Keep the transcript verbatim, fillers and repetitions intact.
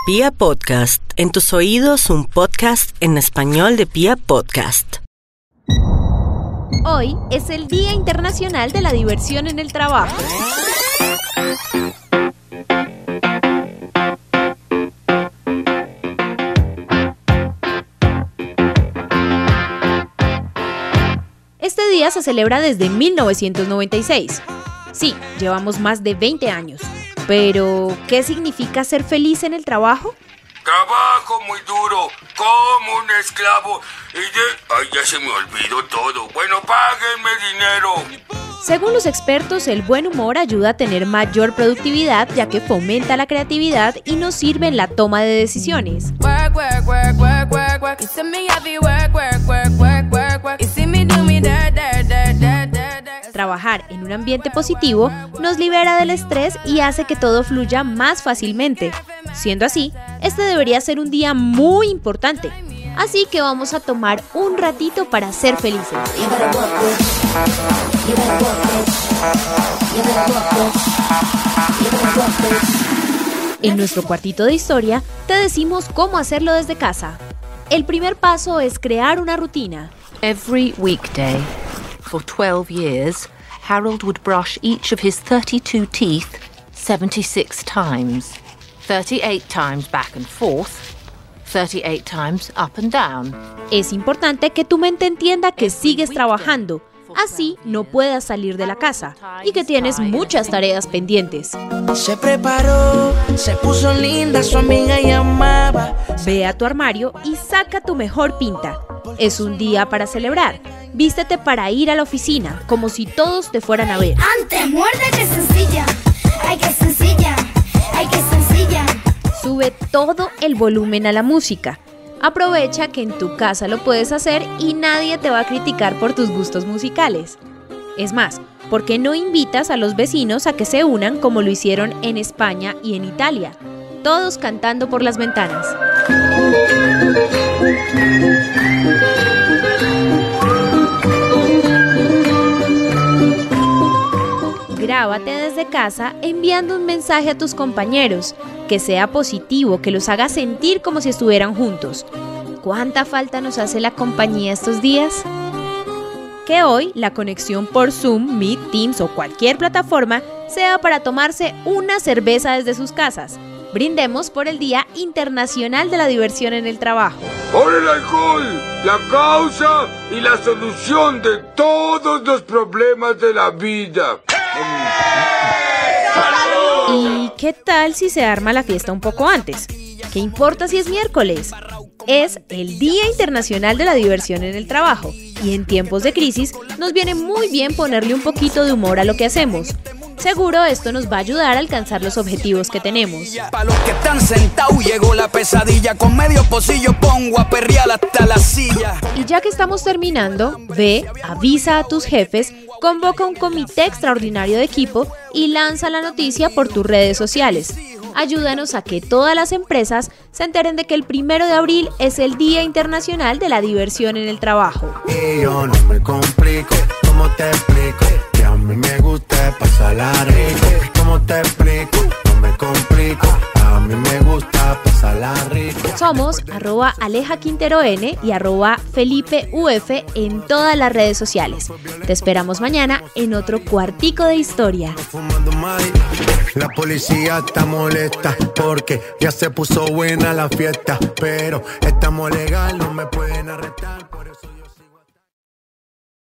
Pia Podcast, en tus oídos un podcast en español de Pia Podcast. Hoy es el Día Internacional de la Diversión en el Trabajo. Este día se celebra desde mil novecientos noventa y seis. Sí, llevamos más de veinte años. Pero, ¿qué significa ser feliz en el trabajo? Trabajo muy duro, como un esclavo y de... Ay, ya se me olvidó todo. Bueno, páguenme dinero. Según los expertos, el buen humor ayuda a tener mayor productividad, ya que fomenta la creatividad y nos sirve en la toma de decisiones. Trabajar en un ambiente positivo nos libera del estrés y hace que todo fluya más fácilmente. Siendo así, este debería ser un día muy importante. Así que vamos a tomar un ratito para ser felices. En nuestro cuartito de historia te decimos cómo hacerlo desde casa. El primer paso es crear una rutina. Every weekday, for twelve years, Harold would brush each of his thirty-two teeth seventy-six times. thirty-eight times back and forth, thirty-eight times up and down. Es importante que tu mente entienda que sigues trabajando, así no puedas salir de la casa y que tienes muchas tareas pendientes. Se preparó, se puso linda, su amiga llamaba. Ve a tu armario y saca tu mejor pinta. Es un día para celebrar. Vístete para ir a la oficina, como si todos te fueran a ver. Antes muerde que sencilla, ay que sencilla, ay que sencilla. Sube todo el volumen a la música. Aprovecha que en tu casa lo puedes hacer y nadie te va a criticar por tus gustos musicales. Es más, ¿por qué no invitas a los vecinos a que se unan como lo hicieron en España y en Italia? Todos cantando por las ventanas. Grábate desde casa enviando un mensaje a tus compañeros, que sea positivo, que los haga sentir como si estuvieran juntos. ¿Cuánta falta nos hace la compañía estos días? Que hoy la conexión por Zoom, Meet, Teams o cualquier plataforma sea para tomarse una cerveza desde sus casas. Brindemos por el Día Internacional de la Diversión en el Trabajo. Por el alcohol, la causa y la solución de todos los problemas de la vida. ¿Y qué tal si se arma la fiesta un poco antes? ¿Qué importa si es miércoles? Es el Día Internacional de la Diversión en el Trabajo y en tiempos de crisis nos viene muy bien ponerle un poquito de humor a lo que hacemos. Seguro esto nos va a ayudar a alcanzar los objetivos que tenemos. Para los que están sentados llegó la pesadilla, con medio pocillo pongo a perrear hasta la silla. Y ya que estamos terminando, ve, avisa a tus jefes, convoca un comité extraordinario de equipo y lanza la noticia por tus redes sociales. Ayúdanos a que todas las empresas se enteren de que el primero de abril es el Día Internacional de la Diversión en el Trabajo. Y yo no me complico, ¿cómo te explico? Que a mí me gusta pasarla rico. ¿Cómo te explico? No me complico, a mí me gusta pasarla rico. Somos arroba Aleja Quintero N y arroba Felipe U F en todas las redes sociales. Te esperamos mañana en otro cuartico de historia. La policía está molesta porque ya se puso buena la fiesta, pero estamos legal, no me pueden arrestar, por eso yo sigo.